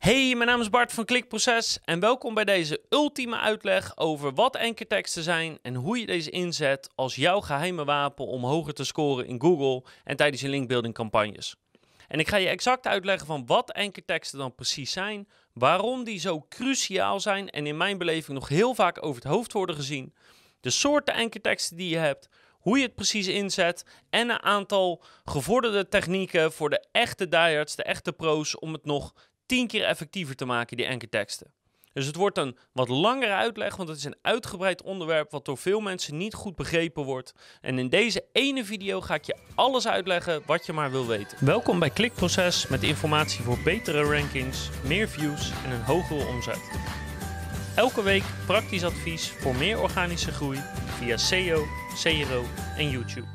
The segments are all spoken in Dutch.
Hey, mijn naam is Bart van Klikproces en welkom bij deze ultieme uitleg over wat ankerteksten zijn en hoe je deze inzet als jouw geheime wapen om hoger te scoren in Google en tijdens je linkbuilding campagnes. En ik ga je exact uitleggen van wat ankerteksten dan precies zijn, waarom die zo cruciaal zijn en in mijn beleving nog heel vaak over het hoofd worden gezien, de soorten ankerteksten die je hebt, hoe je het precies inzet en een aantal gevorderde technieken voor de echte diehards, de echte pro's, om het nog 10 keer effectiever te maken, die ankerteksten. Dus het wordt een wat langere uitleg, want het is een uitgebreid onderwerp wat door veel mensen niet goed begrepen wordt. En in deze ene video ga ik je alles uitleggen wat je maar wil weten. Welkom bij Klikproces met informatie voor betere rankings, meer views en een hogere omzet. Elke week praktisch advies voor meer organische groei via SEO, CRO en YouTube.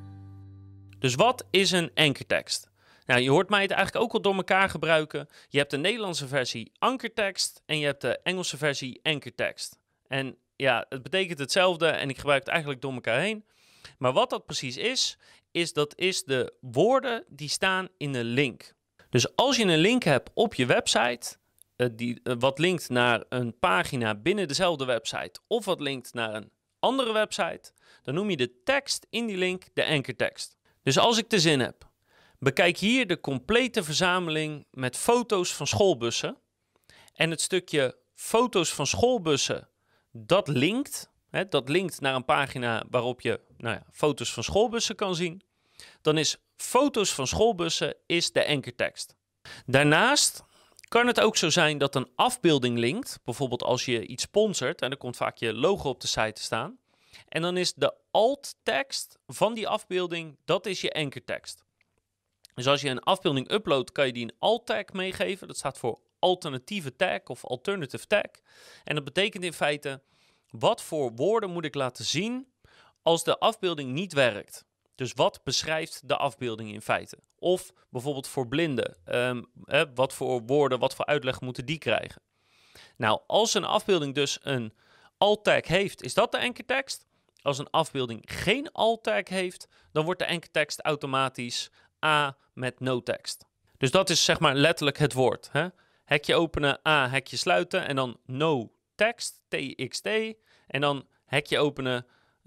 Dus wat is een ankertekst? Nou, je hoort mij het eigenlijk ook al door elkaar gebruiken. Je hebt de Nederlandse versie ankertekst en je hebt de Engelse versie ankertekst. En ja, het betekent hetzelfde en ik gebruik het eigenlijk door elkaar heen. Maar wat dat precies is de woorden die staan in een link. Dus als je een link hebt op je website, wat linkt naar een pagina binnen dezelfde website of wat linkt naar een andere website, dan noem je de tekst in die link de ankertekst. Dus als ik de zin heb: bekijk hier de complete verzameling met foto's van schoolbussen. En het stukje foto's van schoolbussen, dat linkt naar een pagina waarop je foto's van schoolbussen kan zien. Dan is foto's van schoolbussen is de ankertekst. Daarnaast kan het ook zo zijn dat een afbeelding linkt. Bijvoorbeeld als je iets sponsort en er komt vaak je logo op de site te staan. En dan is de alt-tekst van die afbeelding, dat is je ankertekst. Dus als je een afbeelding uploadt, kan je die een alt-tag meegeven. Dat staat voor alternatieve tag of alternative tag. En dat betekent in feite, wat voor woorden moet ik laten zien als de afbeelding niet werkt? Dus wat beschrijft de afbeelding in feite? Of bijvoorbeeld voor blinden, wat voor woorden, wat voor uitleg moeten die krijgen? Nou, als een afbeelding dus een alt-tag heeft, is dat de ankertekst. Als een afbeelding geen alt-tag heeft, dan wordt de ankertekst automatisch A met no tekst. Dus dat is zeg maar letterlijk het woord. Hekje openen, A, hekje sluiten en dan no tekst, TXT. En dan hekje openen,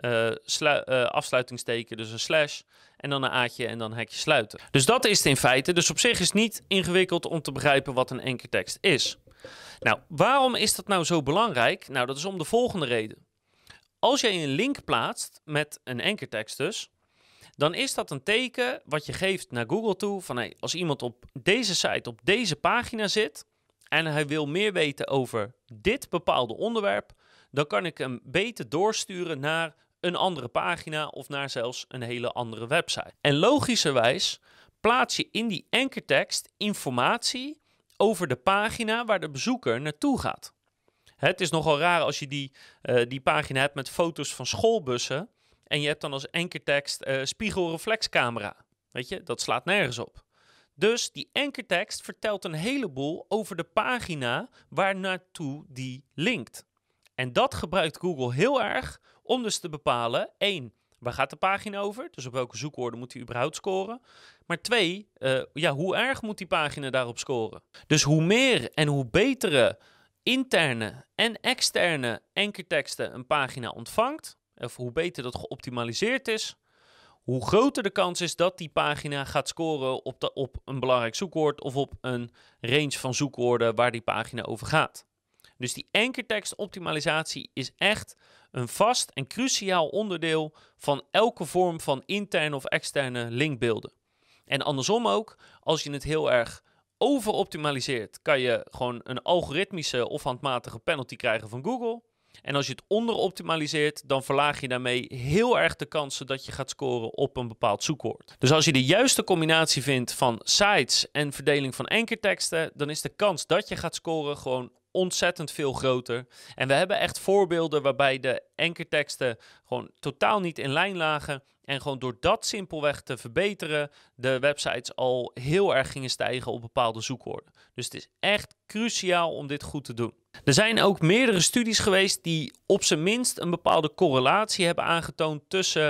afsluitingsteken, dus een slash. En dan een A'tje en dan hekje sluiten. Dus dat is het in feite. Dus op zich is het niet ingewikkeld om te begrijpen wat een ankertekst is. Nou, waarom is dat nou zo belangrijk? Nou, dat is om de volgende reden. Als jij een link plaatst met een ankertekst dus, dan is dat een teken wat je geeft naar Google toe van hey, als iemand op deze site, op deze pagina zit en hij wil meer weten over dit bepaalde onderwerp, dan kan ik hem beter doorsturen naar een andere pagina of naar zelfs een hele andere website. En logischerwijs plaats je in die ankertekst informatie over de pagina waar de bezoeker naartoe gaat. Het is nogal raar als je die pagina hebt met foto's van schoolbussen en je hebt dan als ankertekst spiegelreflexcamera. Weet je, dat slaat nergens op. Dus die ankertekst vertelt een heleboel over de pagina waar naartoe die linkt. En dat gebruikt Google heel erg om dus te bepalen, 1, waar gaat de pagina over? Dus op welke zoekwoorden moet hij überhaupt scoren? Maar 2, hoe erg moet die pagina daarop scoren? Dus hoe meer en hoe betere interne en externe ankerteksten een pagina ontvangt, of hoe beter dat geoptimaliseerd is, hoe groter de kans is dat die pagina gaat scoren op een belangrijk zoekwoord of op een range van zoekwoorden waar die pagina over gaat. Dus die ankertekstoptimalisatie is echt een vast en cruciaal onderdeel van elke vorm van interne of externe linkbeelden. En andersom ook, als je het heel erg overoptimaliseert, kan je gewoon een algoritmische of handmatige penalty krijgen van Google. En als je het onderoptimaliseert, dan verlaag je daarmee heel erg de kansen dat je gaat scoren op een bepaald zoekwoord. Dus als je de juiste combinatie vindt van sites en verdeling van ankerteksten, dan is de kans dat je gaat scoren gewoon ontzettend veel groter. En we hebben echt voorbeelden waarbij de ankerteksten gewoon totaal niet in lijn lagen. En gewoon door dat simpelweg te verbeteren, de websites al heel erg gingen stijgen op bepaalde zoekwoorden. Dus het is echt cruciaal om dit goed te doen. Er zijn ook meerdere studies geweest die op zijn minst een bepaalde correlatie hebben aangetoond tussen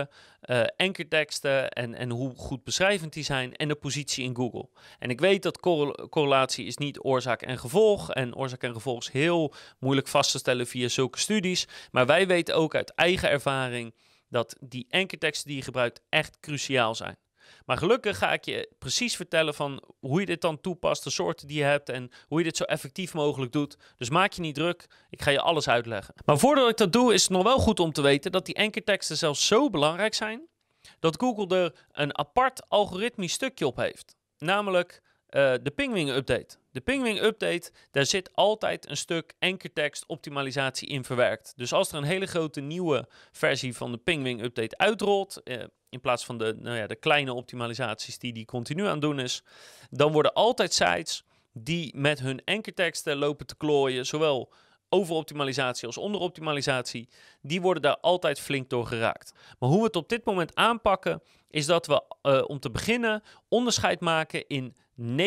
ankerteksten en hoe goed beschrijvend die zijn en de positie in Google. En ik weet dat correlatie is niet oorzaak en gevolg. En oorzaak en gevolg is heel moeilijk vast te stellen via zulke studies. Maar wij weten ook uit eigen ervaring dat die ankerteksten die je gebruikt echt cruciaal zijn. Maar gelukkig ga ik je precies vertellen van hoe je dit dan toepast, de soorten die je hebt en hoe je dit zo effectief mogelijk doet. Dus maak je niet druk, ik ga je alles uitleggen. Maar voordat ik dat doe is het nog wel goed om te weten dat die ankerteksten zelfs zo belangrijk zijn dat Google er een apart algoritmisch stukje op heeft. Namelijk de Pingwing update. De Pingwing update, daar zit altijd een stuk ankertekst optimalisatie in verwerkt. Dus als er een hele grote nieuwe versie van de Pingwing update uitrolt, in plaats van de kleine optimalisaties die continu aan het doen is, dan worden altijd sites die met hun ankerteksten lopen te klooien, zowel overoptimalisatie als onderoptimalisatie, die worden daar altijd flink door geraakt. Maar hoe we het op dit moment aanpakken, is dat we om te beginnen onderscheid maken in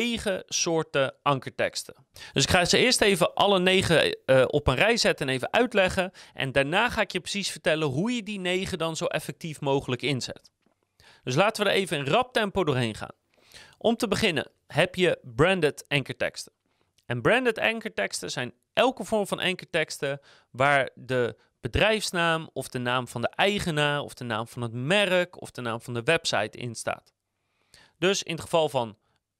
9 soorten ankerteksten. Dus ik ga ze eerst even alle 9 op een rij zetten en even uitleggen. En daarna ga ik je precies vertellen hoe je die 9 dan zo effectief mogelijk inzet. Dus laten we er even in rap tempo doorheen gaan. Om te beginnen heb je branded ankerteksten. En branded ankerteksten zijn elke vorm van ankerteksten waar de bedrijfsnaam of de naam van de eigenaar of de naam van het merk of de naam van de website in staat. Dus in het geval van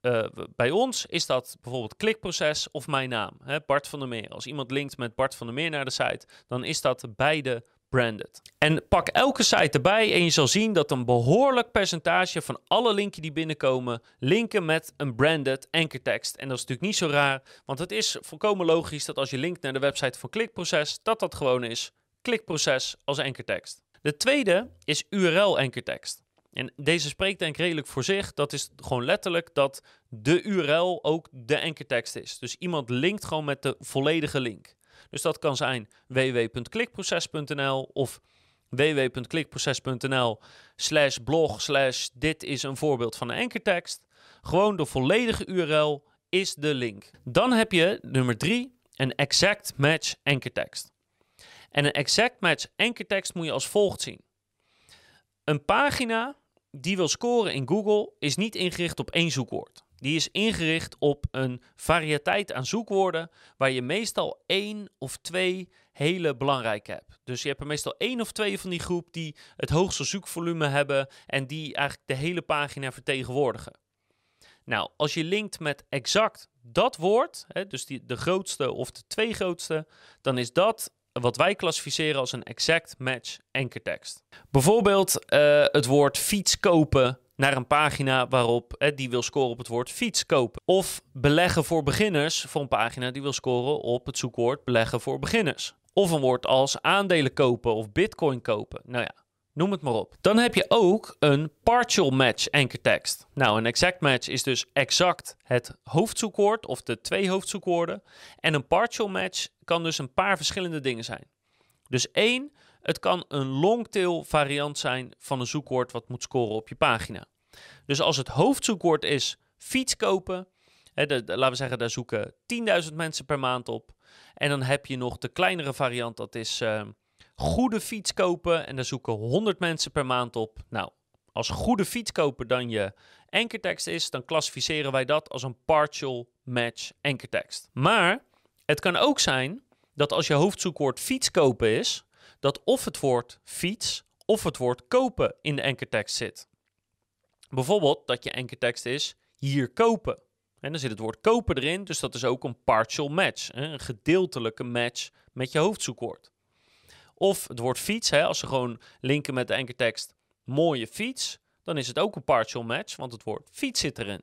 bij ons is dat bijvoorbeeld klikproces of mijn naam, Bart van der Meer. Als iemand linkt met Bart van der Meer naar de site, dan is dat beide branded. En pak elke site erbij en je zal zien dat een behoorlijk percentage van alle linken die binnenkomen, linken met een branded ankertekst. En dat is natuurlijk niet zo raar, want het is volkomen logisch dat als je linkt naar de website van klikproces, dat gewoon is klikproces als ankertekst. De tweede is URL-ankertekst. En deze spreekt denk ik redelijk voor zich. Dat is gewoon letterlijk dat de URL ook de ankertekst is. Dus iemand linkt gewoon met de volledige link. Dus dat kan zijn www.klikproces.nl of www.klikproces.nl/blog/ dit is een voorbeeld van een ankertekst. Gewoon de volledige URL is de link. Dan heb je nummer 3, een exact match ankertekst. En een exact match ankertekst moet je als volgt zien. Een pagina die wil scoren in Google is niet ingericht op één zoekwoord. Die is ingericht op een variëteit aan zoekwoorden waar je meestal 1 of 2 hele belangrijke hebt. Dus je hebt er meestal 1 of 2 van die groep die het hoogste zoekvolume hebben en die eigenlijk de hele pagina vertegenwoordigen. Nou, als je linkt met exact dat woord, dus de grootste of de 2 grootste, dan is dat wat wij klassificeren als een exact match ankertekst. Bijvoorbeeld het woord fiets kopen naar een pagina waarop die wil scoren op het woord fiets kopen. Of beleggen voor beginners voor een pagina die wil scoren op het zoekwoord beleggen voor beginners. Of een woord als aandelen kopen of bitcoin kopen. Nou ja, noem het maar op. Dan heb je ook een partial match ankertekst. Nou, een exact match is dus exact het hoofdzoekwoord of de 2 hoofdzoekwoorden. En een partial match kan dus een paar verschillende dingen zijn. Dus 1, het kan een longtail variant zijn van een zoekwoord wat moet scoren op je pagina. Dus als het hoofdzoekwoord is fiets kopen, laten we zeggen daar zoeken 10.000 mensen per maand op. En dan heb je nog de kleinere variant, dat is goede fiets kopen en daar zoeken 100 mensen per maand op. Nou, als goede fiets kopen dan je ankertekst is, dan klassificeren wij dat als een partial match ankertekst. Maar het kan ook zijn dat als je hoofdzoekwoord fiets kopen is, dat of het woord fiets of het woord kopen in de ankertekst zit. Bijvoorbeeld dat je ankertekst is hier kopen. En dan zit het woord kopen erin, dus dat is ook een partial match. Een gedeeltelijke match met je hoofdzoekwoord. Of het woord fiets, als ze gewoon linken met de ankertekst mooie fiets, dan is het ook een partial match, want het woord fiets zit erin.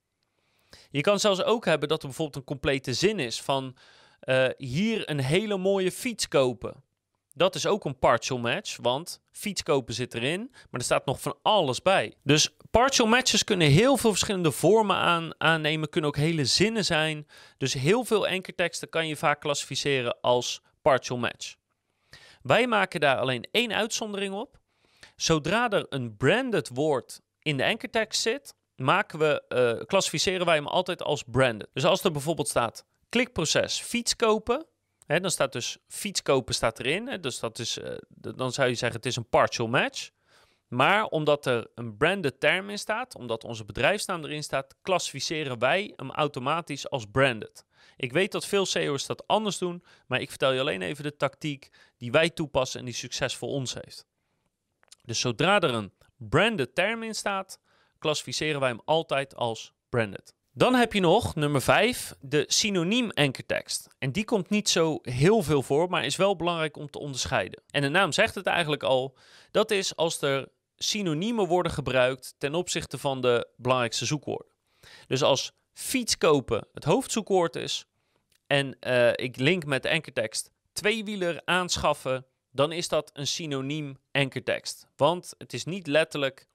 Je kan zelfs ook hebben dat er bijvoorbeeld een complete zin is van hier een hele mooie fiets kopen. Dat is ook een partial match, want fiets kopen zit erin, maar er staat nog van alles bij. Dus partial matches kunnen heel veel verschillende vormen aannemen, kunnen ook hele zinnen zijn. Dus heel veel ankerteksten kan je vaak klassificeren als partial match. Wij maken daar alleen 1 uitzondering op. Zodra er een branded woord in de ankertekst zit, klassificeren wij hem altijd als branded. Dus als er bijvoorbeeld staat klikproces fiets kopen, dan staat dus fiets kopen staat erin. Dus dat is, dan zou je zeggen het is een partial match. Maar omdat er een branded term in staat, omdat onze bedrijfsnaam erin staat, klassificeren wij hem automatisch als branded. Ik weet dat veel SEO's dat anders doen, maar ik vertel je alleen even de tactiek die wij toepassen en die succes voor ons heeft. Dus zodra er een branded term in staat, klassificeren wij hem altijd als branded. Dan heb je nog, nummer 5, de synoniem ankertekst. En die komt niet zo heel veel voor, maar is wel belangrijk om te onderscheiden. En de naam zegt het eigenlijk al, dat is als er synoniemen worden gebruikt ten opzichte van de belangrijkste zoekwoorden. Dus als fiets kopen het hoofdzoekwoord is en ik link met de ankertekst tweewieler aanschaffen, dan is dat een synoniem ankertekst. Want het is niet letterlijk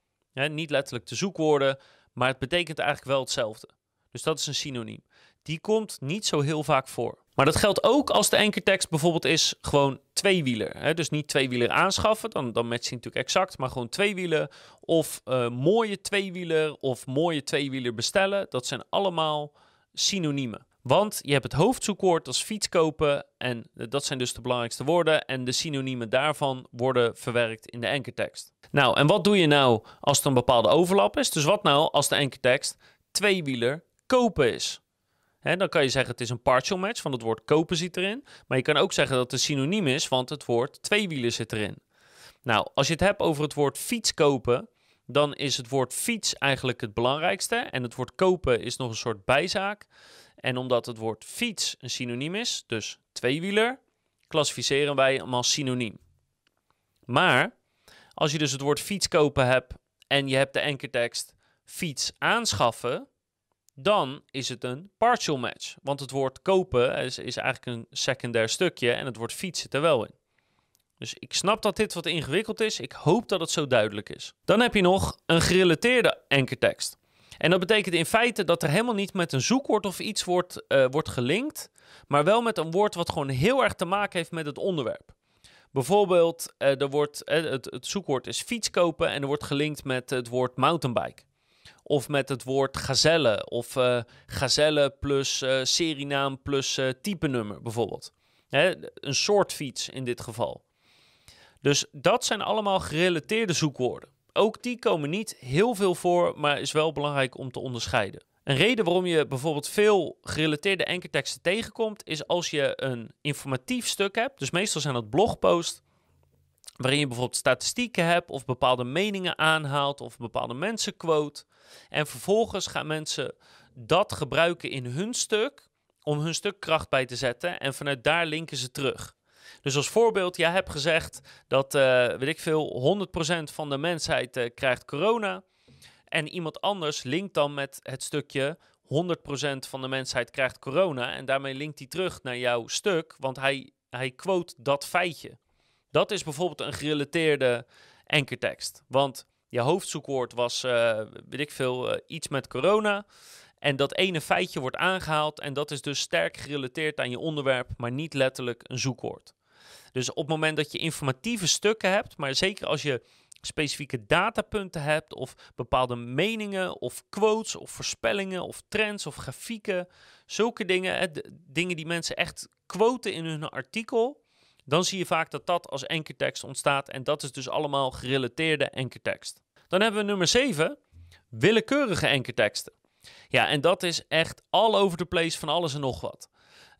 de zoekwoorden, maar het betekent eigenlijk wel hetzelfde. Dus dat is een synoniem. Die komt niet zo heel vaak voor. Maar dat geldt ook als de ankertekst bijvoorbeeld is gewoon tweewieler. Dus niet tweewieler aanschaffen, dan matcht hij natuurlijk exact, maar gewoon tweewieler. Of mooie tweewieler of mooie tweewieler bestellen. Dat zijn allemaal synoniemen. Want je hebt het hoofdzoekwoord als fiets kopen en dat zijn dus de belangrijkste woorden. En de synoniemen daarvan worden verwerkt in de ankertekst. Nou, en wat doe je nou als er een bepaalde overlap is? Dus wat nou als de ankertekst tweewieler kopen is? Dan kan je zeggen het is een partial match, want het woord kopen zit erin. Maar je kan ook zeggen dat het een synoniem is, want het woord tweewieler zit erin. Nou, als je het hebt over het woord fiets kopen, dan is het woord fiets eigenlijk het belangrijkste. En het woord kopen is nog een soort bijzaak. En omdat het woord fiets een synoniem is, dus tweewieler, klassificeren wij hem als synoniem. Maar als je dus het woord fiets kopen hebt en je hebt de ankertekst fiets aanschaffen, dan is het een partial match. Want het woord kopen is eigenlijk een secundair stukje en het woord fiets zit er wel in. Dus ik snap dat dit wat ingewikkeld is. Ik hoop dat het zo duidelijk is. Dan heb je nog een gerelateerde ankertekst. En dat betekent in feite dat er helemaal niet met een zoekwoord of iets wordt gelinkt, maar wel met een woord wat gewoon heel erg te maken heeft met het onderwerp. Bijvoorbeeld, het zoekwoord is fiets kopen en er wordt gelinkt met het woord mountainbike. Of met het woord gazelle of gazelle plus serienaam plus type nummer bijvoorbeeld. Een soort fiets in dit geval. Dus dat zijn allemaal gerelateerde zoekwoorden. Ook die komen niet heel veel voor, maar is wel belangrijk om te onderscheiden. Een reden waarom je bijvoorbeeld veel gerelateerde ankerteksten tegenkomt, is als je een informatief stuk hebt. Dus meestal zijn dat blogposts, waarin je bijvoorbeeld statistieken hebt of bepaalde meningen aanhaalt of bepaalde mensen quote. En vervolgens gaan mensen dat gebruiken in hun stuk om hun stuk kracht bij te zetten en vanuit daar linken ze terug. Dus als voorbeeld, jij hebt gezegd dat, 100% van de mensheid krijgt corona. En iemand anders linkt dan met het stukje 100% van de mensheid krijgt corona. En daarmee linkt hij terug naar jouw stuk, want hij quote dat feitje. Dat is bijvoorbeeld een gerelateerde ankertekst. Want je hoofdzoekwoord was, iets met corona. En dat ene feitje wordt aangehaald en dat is dus sterk gerelateerd aan je onderwerp, maar niet letterlijk een zoekwoord. Dus op het moment dat je informatieve stukken hebt, maar zeker als je specifieke datapunten hebt of bepaalde meningen of quotes of voorspellingen of trends of grafieken, zulke dingen, dingen die mensen echt quoten in hun artikel, dan zie je vaak dat dat als ankertekst ontstaat en dat is dus allemaal gerelateerde ankertekst. Dan hebben we nummer 7, willekeurige ankerteksten. Ja, en dat is echt all over the place van alles en nog wat.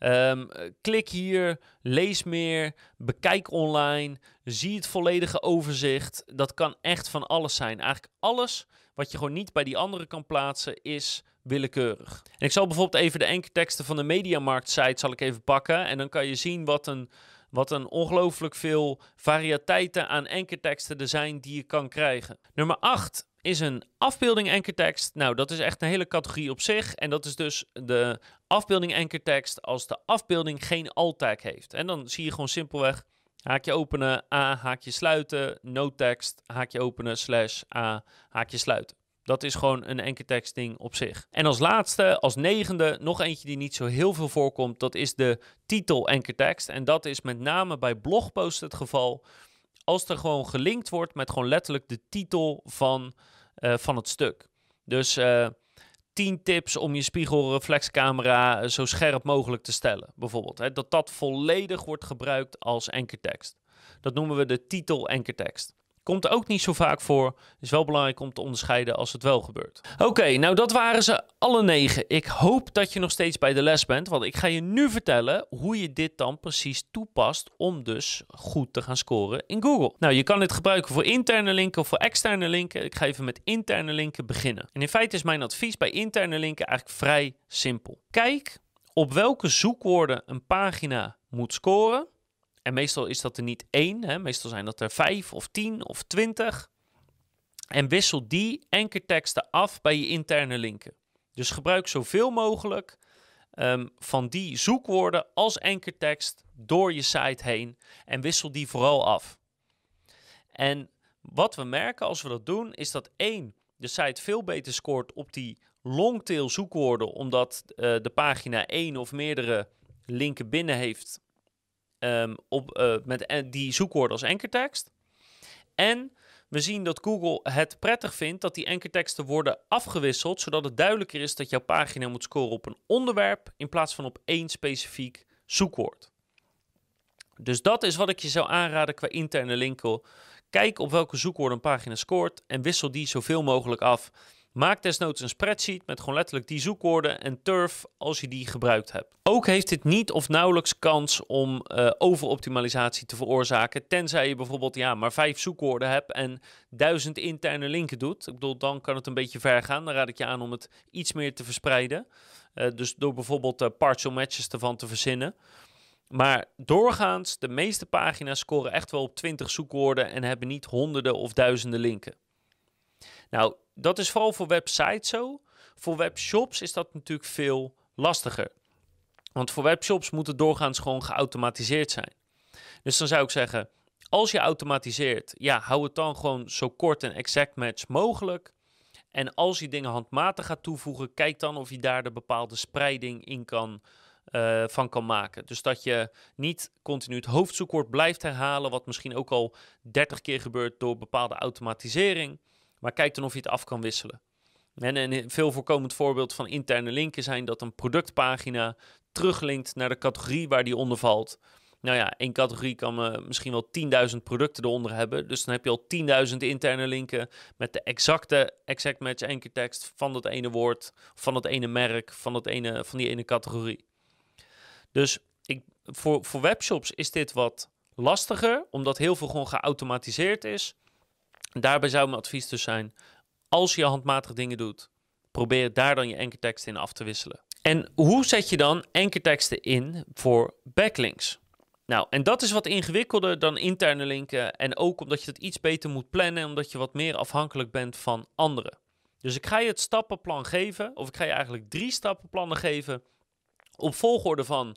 Klik hier, lees meer, bekijk online, zie het volledige overzicht. Dat kan echt van alles zijn. Eigenlijk alles wat je gewoon niet bij die andere kan plaatsen is willekeurig. En ik zal bijvoorbeeld even de ankerteksten van de Mediamarkt site zal ik even pakken. En dan kan je zien wat een ongelooflijk veel variëteiten aan ankerteksten er zijn die je kan krijgen. Nummer 8 is een afbeelding ankertekst. Nou, dat is echt een hele categorie op zich. En dat is dus de afbeelding ankertekst als de afbeelding geen alt-tag heeft. En dan zie je gewoon simpelweg haakje openen, A, haakje sluiten, no tekst, haakje openen, /A, haakje sluiten. Dat is gewoon een ankertekst ding op zich. En als laatste, als 9e, nog eentje die niet zo heel veel voorkomt, dat is de titel ankertekst. En dat is met name bij blogposts het geval. Als er gewoon gelinkt wordt met gewoon letterlijk de titel van het stuk. Dus 10 tips om je spiegelreflexcamera zo scherp mogelijk te stellen, bijvoorbeeld. Dat volledig wordt gebruikt als ankertekst. Dat noemen we de titel ankertekst. Komt er ook niet zo vaak voor. Is wel belangrijk om te onderscheiden als het wel gebeurt. Oké, nou dat waren ze alle 9. Ik hoop dat je nog steeds bij de les bent. Want ik ga je nu vertellen hoe je dit dan precies toepast om dus goed te gaan scoren in Google. Nou, je kan dit gebruiken voor interne linken of voor externe linken. Ik ga even met interne linken beginnen. En in feite is mijn advies bij interne linken eigenlijk vrij simpel. Kijk op welke zoekwoorden een pagina moet scoren. En meestal is dat er niet 1, hè? Meestal zijn dat er 5 of 10 of 20. En wissel die ankerteksten af bij je interne linken. Dus gebruik zoveel mogelijk van die zoekwoorden als ankertekst door je site heen. En wissel die vooral af. En wat we merken als we dat doen, is dat de site veel beter scoort op die longtail zoekwoorden, omdat de pagina 1 of meerdere linken binnen heeft. Met die zoekwoorden als ankertekst. En we zien dat Google het prettig vindt dat die ankerteksten worden afgewisseld, zodat het duidelijker is dat jouw pagina moet scoren op een onderwerp in plaats van op 1 specifiek zoekwoord. Dus dat is wat ik je zou aanraden qua interne linken. Kijk op welke zoekwoorden een pagina scoort en wissel die zoveel mogelijk af. Maak desnoods een spreadsheet met gewoon letterlijk die zoekwoorden en turf als je die gebruikt hebt. Ook heeft dit niet of nauwelijks kans om overoptimalisatie te veroorzaken, tenzij je bijvoorbeeld maar 5 zoekwoorden hebt en 1000 interne linken doet. Ik bedoel, dan kan het een beetje ver gaan. Dan raad ik je aan om het iets meer te verspreiden. Dus door bijvoorbeeld partial matches ervan te verzinnen. Maar doorgaans, de meeste pagina's scoren echt wel op 20 zoekwoorden en hebben niet honderden of duizenden linken. Nou, dat is vooral voor websites zo. Voor webshops is dat natuurlijk veel lastiger. Want voor webshops moet het doorgaans gewoon geautomatiseerd zijn. Dus dan zou ik zeggen, als je automatiseert, hou het dan gewoon zo kort en exact match mogelijk. En als je dingen handmatig gaat toevoegen, kijk dan of je daar de bepaalde spreiding in van kan maken. Dus dat je niet continu het hoofdzoekwoord blijft herhalen, wat misschien ook al 30 keer gebeurt door bepaalde automatisering. Maar kijk dan of je het af kan wisselen. En een veel voorkomend voorbeeld van interne linken zijn dat een productpagina teruglinkt naar de categorie waar die onder valt. Nou ja, één categorie kan misschien wel 10.000 producten eronder hebben. Dus dan heb je al 10.000 interne linken met de exact match ankertekst van dat ene woord, van dat ene merk, van die ene categorie. Dus voor webshops is dit wat lastiger, omdat heel veel gewoon geautomatiseerd is. Daarbij zou mijn advies dus zijn, als je handmatig dingen doet, probeer daar dan je ankerteksten in af te wisselen. En hoe zet je dan ankerteksten in voor backlinks? Nou, en dat is wat ingewikkelder dan interne linken en ook omdat je het iets beter moet plannen, omdat je wat meer afhankelijk bent van anderen. Dus ik ga je het stappenplan geven, of ik ga je eigenlijk 3 stappenplannen geven op volgorde van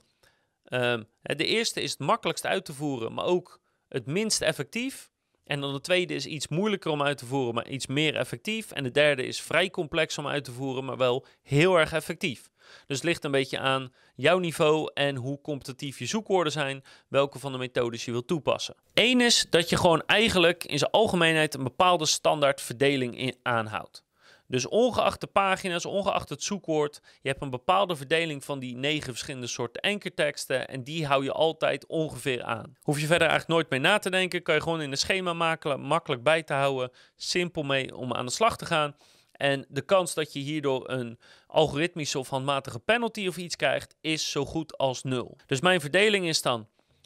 de eerste is het makkelijkst uit te voeren, maar ook het minst effectief. En dan de tweede is iets moeilijker om uit te voeren, maar iets meer effectief. En de derde is vrij complex om uit te voeren, maar wel heel erg effectief. Dus het ligt een beetje aan jouw niveau en hoe competitief je zoekwoorden zijn, welke van de methodes je wilt toepassen. Eén is dat je gewoon eigenlijk in zijn algemeenheid een bepaalde standaard verdeling aanhoudt. Dus ongeacht de pagina's, ongeacht het zoekwoord, je hebt een bepaalde verdeling van die 9 verschillende soorten ankerteksten en die hou je altijd ongeveer aan. Hoef je verder eigenlijk nooit mee na te denken, kan je gewoon in een schema maken, makkelijk bij te houden, simpel mee om aan de slag te gaan. En de kans dat je hierdoor een algoritmische of handmatige penalty of iets krijgt, is zo goed als 0. Dus mijn verdeling is dan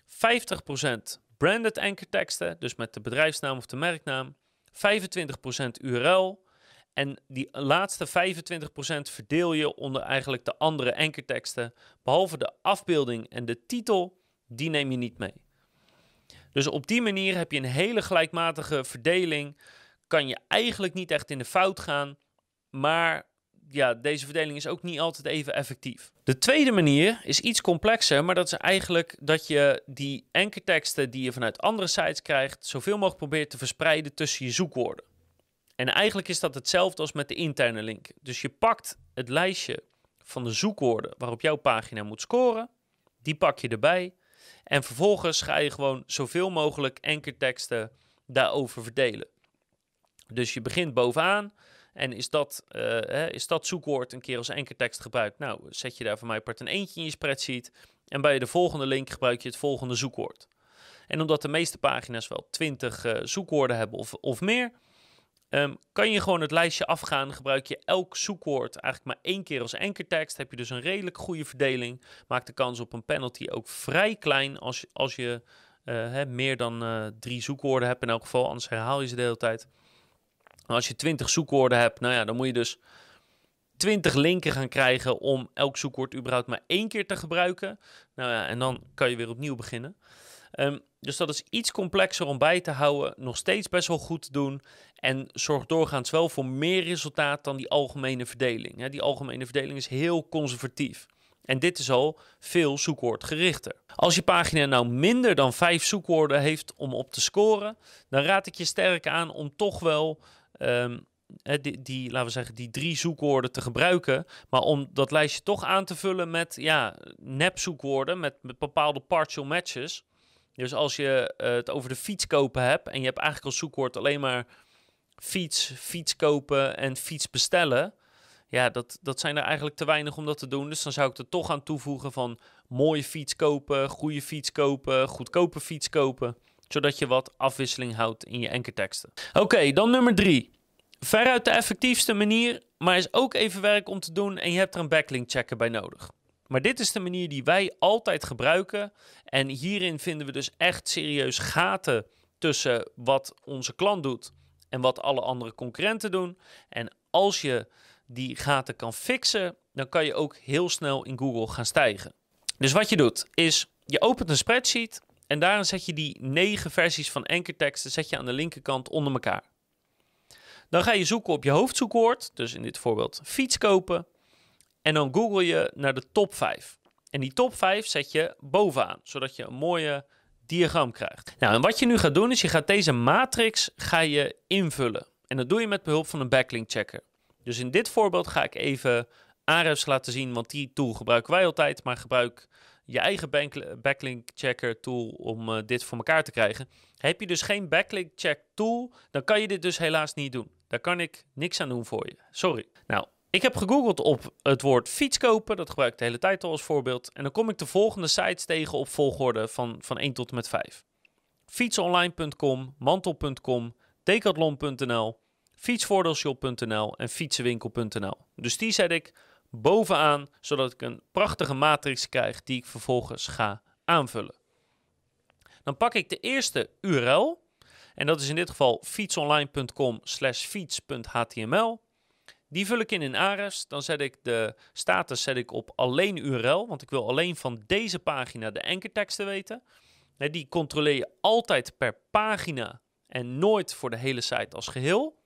50% branded ankerteksten, dus met de bedrijfsnaam of de merknaam, 25% URL. En die laatste 25% verdeel je onder eigenlijk de andere ankerteksten. Behalve de afbeelding en de titel, die neem je niet mee. Dus op die manier heb je een hele gelijkmatige verdeling. Kan je eigenlijk niet echt in de fout gaan. Maar ja, deze verdeling is ook niet altijd even effectief. De tweede manier is iets complexer, maar dat is eigenlijk dat je die ankerteksten die je vanuit andere sites krijgt, zoveel mogelijk probeert te verspreiden tussen je zoekwoorden. En eigenlijk is dat hetzelfde als met de interne linken. Dus je pakt het lijstje van de zoekwoorden waarop jouw pagina moet scoren. Die pak je erbij. En vervolgens ga je gewoon zoveel mogelijk ankerteksten daarover verdelen. Dus je begint bovenaan. En is dat zoekwoord een keer als ankertekst gebruikt? Nou, zet je daar voor mij part een eentje in je spreadsheet. En bij de volgende link gebruik je het volgende zoekwoord. En omdat de meeste pagina's wel 20 zoekwoorden hebben of meer, kan je gewoon het lijstje afgaan. Gebruik je elk zoekwoord eigenlijk maar 1 keer als ankertekst. Heb je dus een redelijk goede verdeling. Maakt de kans op een penalty ook vrij klein als je meer dan 3 zoekwoorden hebt in elk geval. Anders herhaal je ze de hele tijd. Als je 20 zoekwoorden hebt, nou ja, dan moet je dus 20 linken gaan krijgen om elk zoekwoord überhaupt maar 1 keer te gebruiken. Nou ja, en dan kan je weer opnieuw beginnen. Dus dat is iets complexer om bij te houden, nog steeds best wel goed te doen en zorgt doorgaans wel voor meer resultaat dan die algemene verdeling. Die algemene verdeling is heel conservatief en dit is al veel zoekwoordgerichter. Als je pagina nou minder dan 5 zoekwoorden heeft om op te scoren, dan raad ik je sterk aan om toch wel laten we zeggen, die 3 zoekwoorden te gebruiken, maar om dat lijstje toch aan te vullen met nepzoekwoorden, met bepaalde partial matches. Dus als je het over de fiets kopen hebt en je hebt eigenlijk als zoekwoord alleen maar fiets kopen en fiets bestellen, ja, dat zijn er eigenlijk te weinig om dat te doen. Dus dan zou ik er toch aan toevoegen van mooie fiets kopen, goede fiets kopen, goedkope fiets kopen, zodat je wat afwisseling houdt in je ankerteksten. Oké, dan nummer 3. Veruit de effectiefste manier, maar is ook even werk om te doen en je hebt er een backlink checker bij nodig. Maar dit is de manier die wij altijd gebruiken en hierin vinden we dus echt serieus gaten tussen wat onze klant doet en wat alle andere concurrenten doen. En als je die gaten kan fixen, dan kan je ook heel snel in Google gaan stijgen. Dus wat je doet is, je opent een spreadsheet en daarin zet je die 9 versies van ankerteksten aan de linkerkant onder elkaar. Dan ga je zoeken op je hoofdzoekwoord, dus in dit voorbeeld fiets kopen. En dan google je naar de top 5. En die top 5 zet je bovenaan, zodat je een mooie diagram krijgt. Nou, en wat je nu gaat doen is, je gaat deze matrix invullen. En dat doe je met behulp van een backlink checker. Dus in dit voorbeeld ga ik even Ahrefs laten zien, want die tool gebruiken wij altijd. Maar gebruik je eigen backlink checker tool om dit voor elkaar te krijgen. Heb je dus geen backlink check tool, dan kan je dit dus helaas niet doen. Daar kan ik niks aan doen voor je. Sorry. Nou, ik heb gegoogeld op het woord fiets kopen. Dat gebruik ik de hele tijd al als voorbeeld. En dan kom ik de volgende sites tegen op volgorde van 1 tot en met 5. Fietsonline.com, mantel.com, decathlon.nl, fietsvoordeelshop.nl en fietsenwinkel.nl. Dus die zet ik bovenaan, zodat ik een prachtige matrix krijg die ik vervolgens ga aanvullen. Dan pak ik de eerste URL. En dat is in dit geval fietsonline.com/fiets.html. Die vul ik in Ahrefs. Dan zet ik de status op alleen URL. Want ik wil alleen van deze pagina de ankerteksten weten. Die controleer je altijd per pagina en nooit voor de hele site als geheel.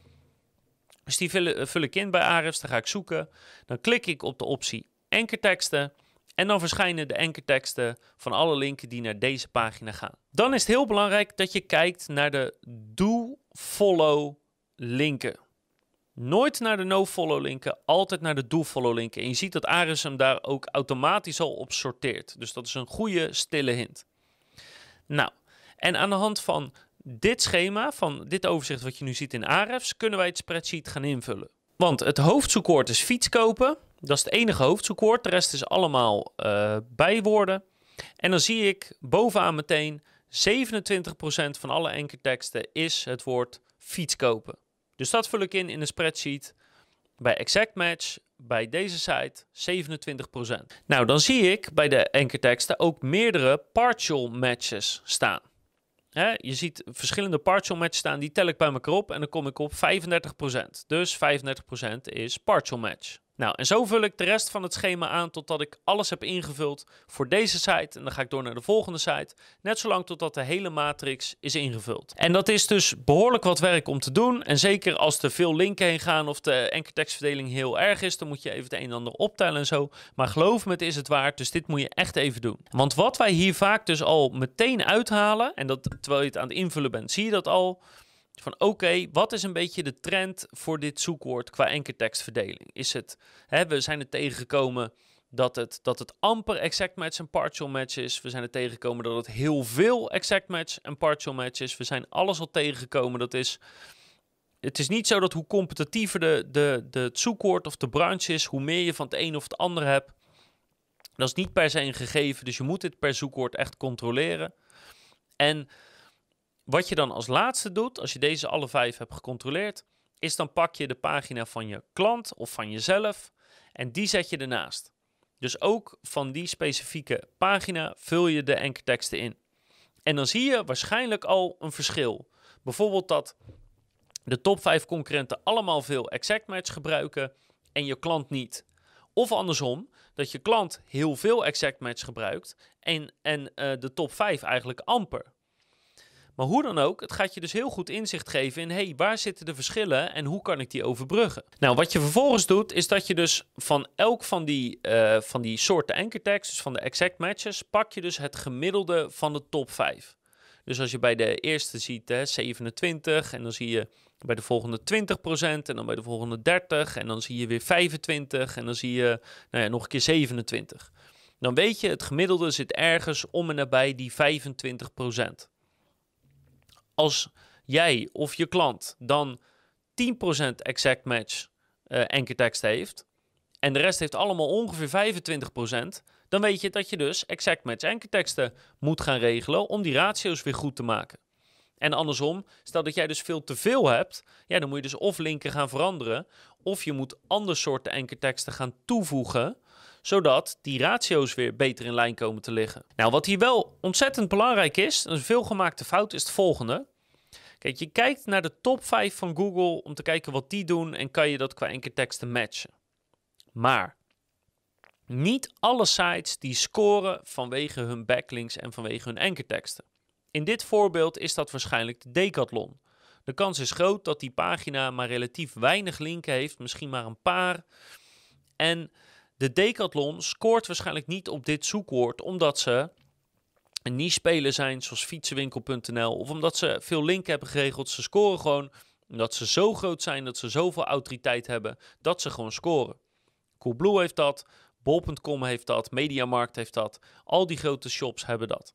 Dus die vul ik in bij Ahrefs. Dan ga ik zoeken. Dan klik ik op de optie ankerteksten. En dan verschijnen de ankerteksten van alle linken die naar deze pagina gaan. Dan is het heel belangrijk dat je kijkt naar de do-follow linken. Nooit naar de no-follow linken, altijd naar de do-follow linken. En je ziet dat Ahrefs hem daar ook automatisch al op sorteert. Dus dat is een goede stille hint. Nou, en aan de hand van dit schema, van dit overzicht wat je nu ziet in Ahrefs, kunnen wij het spreadsheet gaan invullen. Want het hoofdzoekwoord is fiets kopen. Dat is het enige hoofdzoekwoord. De rest is allemaal bijwoorden. En dan zie ik bovenaan meteen 27% van alle ankerteksten is het woord fiets kopen. Dus dat vul ik in een spreadsheet. Bij Exact Match, bij deze site, 27%. Nou, dan zie ik bij de ankerteksten ook meerdere partial matches staan. Je ziet verschillende partial matches staan, die tel ik bij elkaar op en dan kom ik op 35%. Dus 35% is partial match. Nou, en zo vul ik de rest van het schema aan totdat ik alles heb ingevuld voor deze site. En dan ga ik door naar de volgende site. Net zolang totdat de hele matrix is ingevuld. En dat is dus behoorlijk wat werk om te doen. En zeker als er veel linken heen gaan of de ankertekstverdeling heel erg is, dan moet je even het een en ander optellen en zo. Maar geloof me, het is het waard. Dus dit moet je echt even doen. Want wat wij hier vaak dus al meteen uithalen, en dat terwijl je het aan het invullen bent, zie je dat al. Van oké, wat is een beetje de trend voor dit zoekwoord qua ankertekstverdeling? Is het, we zijn er tegengekomen dat het amper exact match en partial match is. We zijn er tegengekomen dat het heel veel exact match en partial match is. We zijn alles al tegengekomen. Het is niet zo dat hoe competitiever het zoekwoord of de branche is, hoe meer je van het een of het ander hebt. Dat is niet per se een gegeven, dus je moet dit per zoekwoord echt controleren. En wat je dan als laatste doet, als je deze alle 5 hebt gecontroleerd, is dan pak je de pagina van je klant of van jezelf en die zet je ernaast. Dus ook van die specifieke pagina vul je de ankerteksten in. En dan zie je waarschijnlijk al een verschil. Bijvoorbeeld dat de top 5 concurrenten allemaal veel exact match gebruiken en je klant niet. Of andersom, dat je klant heel veel exact match gebruikt en de top 5 eigenlijk amper. Maar hoe dan ook, het gaat je dus heel goed inzicht geven in waar zitten de verschillen en hoe kan ik die overbruggen. Nou, wat je vervolgens doet, is dat je dus van elk van die soorten ankertekst, dus van de exact matches, pak je dus het gemiddelde van de top 5. Dus als je bij de eerste ziet 27 en dan zie je bij de volgende 20% en dan bij de volgende 30% en dan zie je weer 25% en dan zie je nog een keer 27%. Dan weet je, het gemiddelde zit ergens om en nabij die 25%. Als jij of je klant dan 10% exact match ankertekst heeft en de rest heeft allemaal ongeveer 25%, dan weet je dat je dus exact match ankerteksten moet gaan regelen om die ratio's weer goed te maken. En andersom, stel dat jij dus veel te veel hebt, dan moet je dus of linken gaan veranderen, of je moet ander soorten ankerteksten gaan toevoegen, zodat die ratio's weer beter in lijn komen te liggen. Nou, wat hier wel ontzettend belangrijk is, een veelgemaakte fout, is het volgende. Kijk, je kijkt naar de top 5 van Google om te kijken wat die doen en kan je dat qua ankerteksten matchen. Maar niet alle sites die scoren vanwege hun backlinks en vanwege hun ankerteksten. In dit voorbeeld is dat waarschijnlijk de Decathlon. De kans is groot dat die pagina maar relatief weinig linken heeft, misschien maar een paar. En de Decathlon scoort waarschijnlijk niet op dit zoekwoord omdat ze een niche-speler zijn zoals fietsenwinkel.nl of omdat ze veel linken hebben geregeld. Ze scoren gewoon omdat ze zo groot zijn, dat ze zoveel autoriteit hebben, dat ze gewoon scoren. Coolblue heeft dat, bol.com heeft dat, Mediamarkt heeft dat. Al die grote shops hebben dat.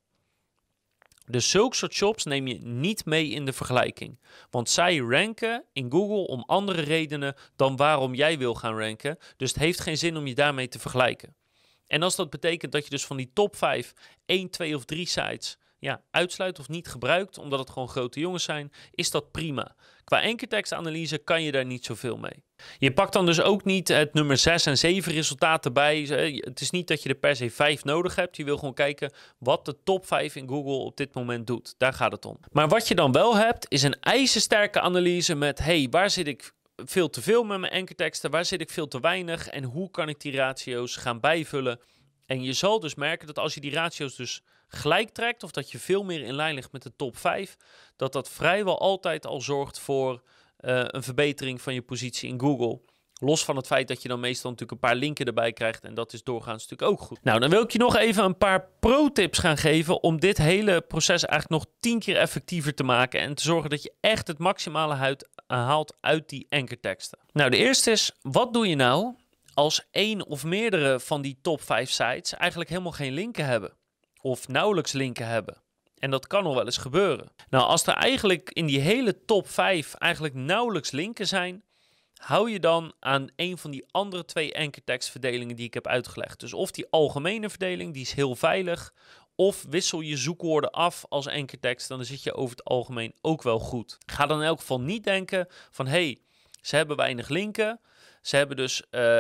Dus zulke soort shops neem je niet mee in de vergelijking. Want zij ranken in Google om andere redenen dan waarom jij wil gaan ranken. Dus het heeft geen zin om je daarmee te vergelijken. En als dat betekent dat je dus van die top 5 1, 2 of 3 sites uitsluit of niet gebruikt, omdat het gewoon grote jongens zijn, is dat prima. Qua ankertekstanalyse kan je daar niet zoveel mee. Je pakt dan dus ook niet het nummer 6 en 7 resultaat erbij. Het is niet dat je er per se 5 nodig hebt. Je wil gewoon kijken wat de top 5 in Google op dit moment doet. Daar gaat het om. Maar wat je dan wel hebt, is een ijzersterke analyse met waar zit ik veel te veel met mijn ankerteksten, waar zit ik veel te weinig en hoe kan ik die ratio's gaan bijvullen. En je zal dus merken dat als je die ratio's dus gelijk trekt of dat je veel meer in lijn ligt met de top 5, dat vrijwel altijd al zorgt voor een verbetering van je positie in Google. Los van het feit dat je dan meestal natuurlijk een paar linken erbij krijgt en dat is doorgaans natuurlijk ook goed. Nou, dan wil ik je nog even een paar pro-tips gaan geven om dit hele proces eigenlijk nog 10 keer effectiever te maken en te zorgen dat je echt het maximale haalt uit die ankerteksten. Nou, de eerste is, wat doe je nou als één of meerdere van die top 5 sites eigenlijk helemaal geen linken hebben of nauwelijks linken hebben? En dat kan nog wel eens gebeuren. Nou, als er eigenlijk in die hele top 5 eigenlijk nauwelijks linken zijn, hou je dan aan een van die andere 2 ankertekstverdelingen die ik heb uitgelegd. Dus of die algemene verdeling, die is heel veilig, of wissel je zoekwoorden af als ankertekst, dan zit je over het algemeen ook wel goed. Ga dan in elk geval niet denken van, ze hebben weinig linken, ze hebben dus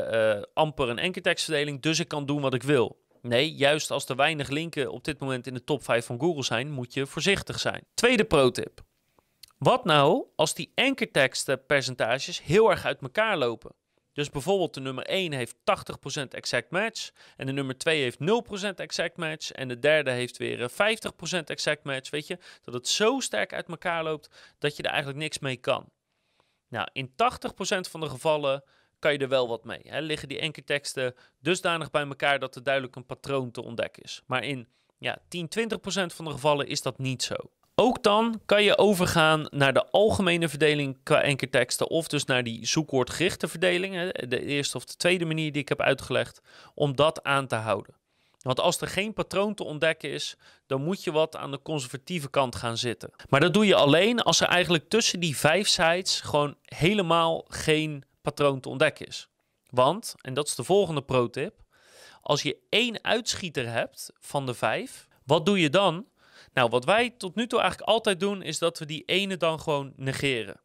amper een ankertekstverdeling, dus ik kan doen wat ik wil. Nee, juist als er weinig linken op dit moment in de top 5 van Google zijn, moet je voorzichtig zijn. Tweede pro-tip. Wat nou als die ankertekstenpercentages heel erg uit elkaar lopen? Dus bijvoorbeeld de nummer 1 heeft 80% exact match en de nummer 2 heeft 0% exact match en de derde heeft weer 50% exact match. Weet je, dat het zo sterk uit elkaar loopt dat je er eigenlijk niks mee kan. Nou, in 80% van de gevallen kan je er wel wat mee. Liggen die ankerteksten dusdanig bij elkaar dat er duidelijk een patroon te ontdekken is. Maar in 10-20% van de gevallen is dat niet zo. Ook dan kan je overgaan naar de algemene verdeling qua ankerteksten of dus naar die zoekwoordgerichte verdeling, de eerste of de tweede manier die ik heb uitgelegd, om dat aan te houden. Want als er geen patroon te ontdekken is, dan moet je wat aan de conservatieve kant gaan zitten. Maar dat doe je alleen als er eigenlijk tussen die 5 sites gewoon helemaal geen patroon te ontdekken is. Want, en dat is de volgende pro-tip, als je 1 uitschieter hebt van de 5, wat doe je dan? Nou, wat wij tot nu toe eigenlijk altijd doen, is dat we die ene dan gewoon negeren.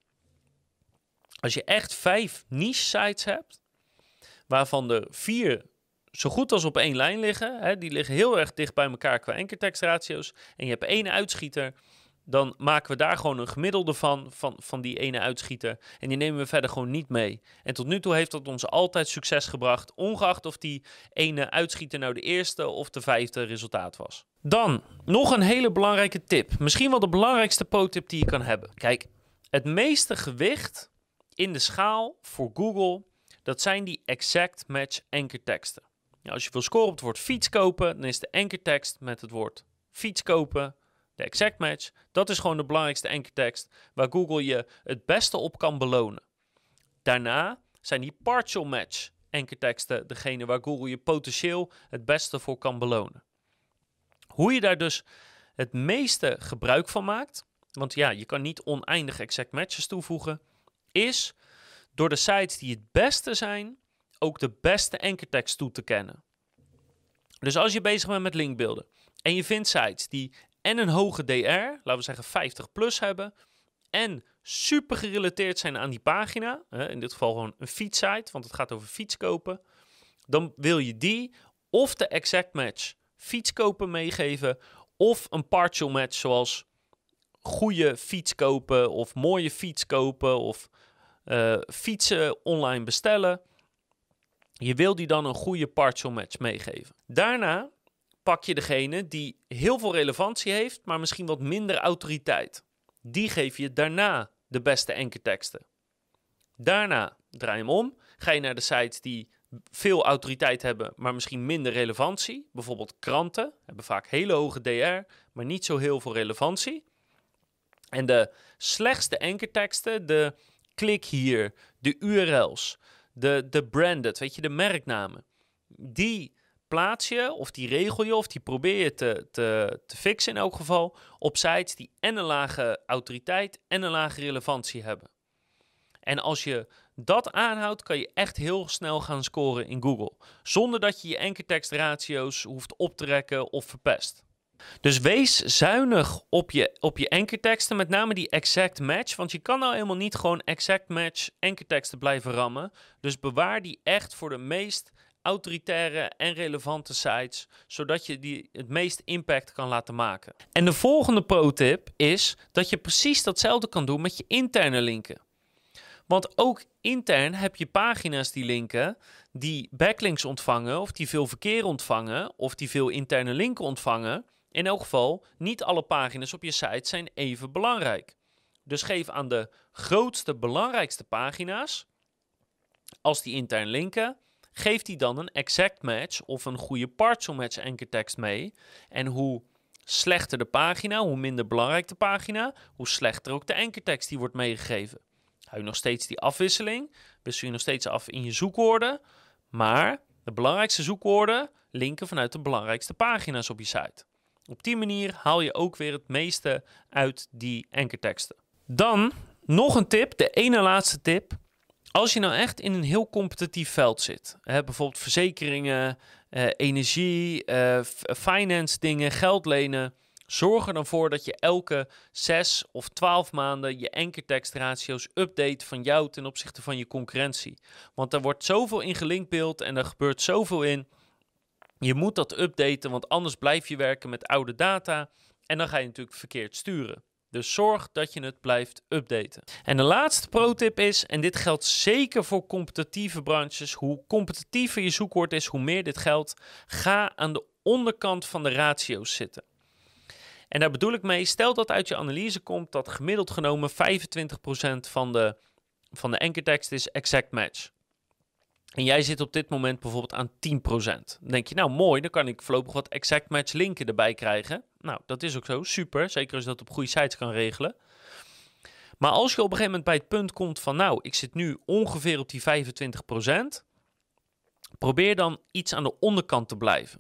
Als je echt 5 niche sites hebt, waarvan er 4 zo goed als op één lijn liggen, hè, die liggen heel erg dicht bij elkaar qua ankertekstratio's, en je hebt 1 uitschieter, dan maken we daar gewoon een gemiddelde van die ene uitschieter. En die nemen we verder gewoon niet mee. En tot nu toe heeft dat ons altijd succes gebracht, ongeacht of die ene uitschieter nou de eerste of de 5e resultaat was. Dan, nog een hele belangrijke tip. Misschien wel de belangrijkste pro-tip die je kan hebben. Kijk, het meeste gewicht in de schaal voor Google, dat zijn die exact match ankerteksten. Nou, als je wil scoren op het woord fiets kopen, dan is de ankertekst met het woord fiets kopen de exact match. Dat is gewoon de belangrijkste ankertekst waar Google je het beste op kan belonen. Daarna zijn die partial match ankerteksten degene waar Google je potentieel het beste voor kan belonen. Hoe je daar dus het meeste gebruik van maakt, want ja, je kan niet oneindig exact matches toevoegen, is door de sites die het beste zijn, ook de beste ankertekst toe te kennen. Dus als je bezig bent met linkbeelden en je vindt sites die en een hoge DR, laten we zeggen 50 plus hebben, en super gerelateerd zijn aan die pagina, in dit geval gewoon een fietssite, want het gaat over fiets kopen, dan wil je die of de exact match fiets kopen meegeven, of een partial match zoals goede fiets kopen, of mooie fiets kopen, of fietsen online bestellen. Je wil die dan een goede partial match meegeven. Daarna pak je degene die heel veel relevantie heeft, maar misschien wat minder autoriteit. Die geef je daarna de beste ankerteksten. Daarna draai je hem om. Ga je naar de sites die veel autoriteit hebben, maar misschien minder relevantie. Bijvoorbeeld kranten hebben vaak hele hoge DR, maar niet zo heel veel relevantie. En de slechtste ankerteksten, de klik hier, de URL's, de branded, weet je, de merknamen, die plaats je, of die regel je, of die probeer je te fixen in elk geval, op sites die en een lage autoriteit en een lage relevantie hebben. En als je dat aanhoudt, kan je echt heel snel gaan scoren in Google, zonder dat je je ankertekstratio's hoeft op te rekken of verpest. Dus wees zuinig op je ankerteksten, met name die exact match, want je kan nou helemaal niet gewoon exact match ankerteksten blijven rammen. Dus bewaar die echt voor de meest autoritaire en relevante sites, zodat je die het meest impact kan laten maken. En de volgende pro-tip is dat je precies datzelfde kan doen met je interne linken. Want ook intern heb je pagina's die linken, die backlinks ontvangen, of die veel verkeer ontvangen, of die veel interne linken ontvangen. In elk geval, niet alle pagina's op je site zijn even belangrijk. Dus geef aan de grootste, belangrijkste pagina's, als die intern linken, geef die dan een exact match of een goede partial match ankertekst mee. En hoe slechter de pagina, hoe minder belangrijk de pagina, hoe slechter ook de ankertekst die wordt meegegeven. Hou je nog steeds die afwisseling, wissel je nog steeds af in je zoekwoorden, maar de belangrijkste zoekwoorden linken vanuit de belangrijkste pagina's op je site. Op die manier haal je ook weer het meeste uit die ankerteksten. Dan nog een tip, de ene laatste tip. Als je nou echt in een heel competitief veld zit, bijvoorbeeld verzekeringen, energie, finance dingen, geld lenen, zorg er dan voor dat je elke 6 of 12 maanden je ankertekstratio's update van jou ten opzichte van je concurrentie. Want er wordt zoveel in gelinkbeeld en er gebeurt zoveel in. Je moet dat updaten, want anders blijf je werken met oude data en dan ga je natuurlijk verkeerd sturen. Dus zorg dat je het blijft updaten. En de laatste pro-tip is, en dit geldt zeker voor competitieve branches, hoe competitiever je zoekwoord is, hoe meer dit geldt, ga aan de onderkant van de ratio's zitten. En daar bedoel ik mee, stel dat uit je analyse komt dat gemiddeld genomen 25% van de ankertekst is exact match. En jij zit op dit moment bijvoorbeeld aan 10%. Dan denk je, nou mooi, dan kan ik voorlopig wat exact match linken erbij krijgen. Nou, dat is ook zo, super. Zeker als je dat op goede sites kan regelen. Maar als je op een gegeven moment bij het punt komt van, nou, ik zit nu ongeveer op die 25%. Probeer dan iets aan de onderkant te blijven.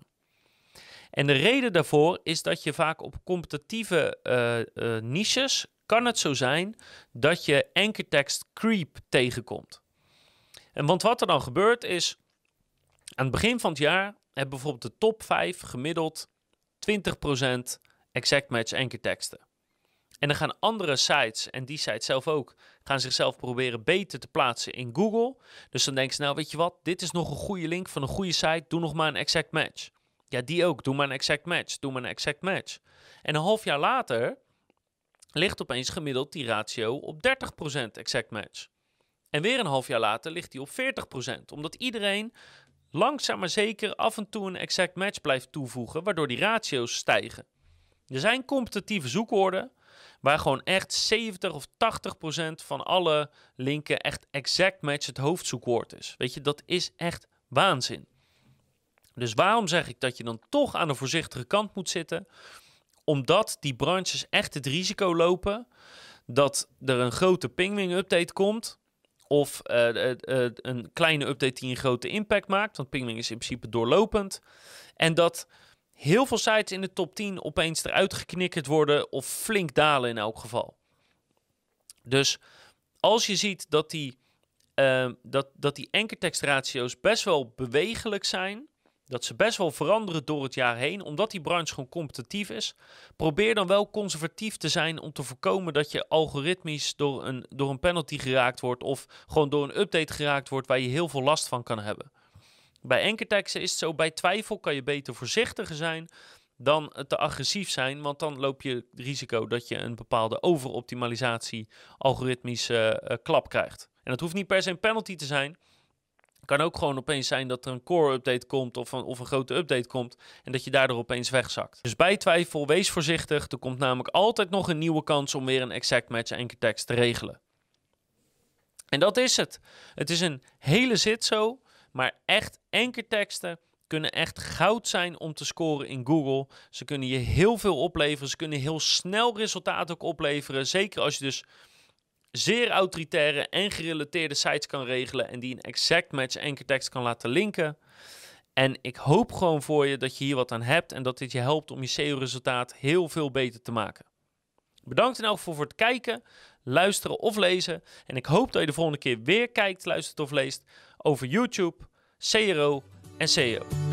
En de reden daarvoor is dat je vaak op competitieve niches, kan het zo zijn dat je ankertekst creep tegenkomt. En want wat er dan gebeurt is, aan het begin van het jaar hebben bijvoorbeeld de top 5 gemiddeld 20% exact match ankerteksten. En dan gaan andere sites, en die sites zelf ook, gaan zichzelf proberen beter te plaatsen in Google. Dus dan denken ze, nou weet je wat, dit is nog een goede link van een goede site, doe nog maar een exact match. Ja, die ook, doe maar een exact match, doe maar een exact match. En een half jaar later ligt opeens gemiddeld die ratio op 30% exact match. En weer een half jaar later ligt die op 40%, omdat iedereen langzaam maar zeker af en toe een exact match blijft toevoegen, waardoor die ratio's stijgen. Er zijn competitieve zoekwoorden waar gewoon echt 70 of 80% van alle linken echt exact match het hoofdzoekwoord is. Weet je, dat is echt waanzin. Dus waarom zeg ik dat je dan toch aan de voorzichtige kant moet zitten? Omdat die branches echt het risico lopen dat er een grote pingwing-update komt. Of een kleine update die een grote impact maakt. Want pingwing is in principe doorlopend. En dat heel veel sites in de top 10 opeens eruit geknikkerd worden of flink dalen in elk geval. Dus als je ziet dat die ankertekstratio's best wel bewegelijk zijn, dat ze best wel veranderen door het jaar heen, omdat die branche gewoon competitief is, probeer dan wel conservatief te zijn om te voorkomen dat je algoritmisch door een penalty geraakt wordt of gewoon door een update geraakt wordt waar je heel veel last van kan hebben. Bij ankerteksten is het zo, bij twijfel kan je beter voorzichtiger zijn dan te agressief zijn, want dan loop je het risico dat je een bepaalde overoptimalisatie algoritmische klap krijgt. En dat hoeft niet per se een penalty te zijn. Het kan ook gewoon opeens zijn dat er een core update komt of een grote update komt en dat je daardoor opeens wegzakt. Dus bij twijfel, wees voorzichtig. Er komt namelijk altijd nog een nieuwe kans om weer een exact match ankertekst te regelen. En dat is het. Het is een hele zit zo, maar echt ankerteksten kunnen echt goud zijn om te scoren in Google. Ze kunnen je heel veel opleveren. Ze kunnen heel snel resultaten ook opleveren. Zeker als je dus zeer autoritaire en gerelateerde sites kan regelen en die een exact match ankertekst kan laten linken. En ik hoop gewoon voor je dat je hier wat aan hebt en dat dit je helpt om je SEO-resultaat heel veel beter te maken. Bedankt in elk geval voor het kijken, luisteren of lezen. En ik hoop dat je de volgende keer weer kijkt, luistert of leest over YouTube, CRO en SEO.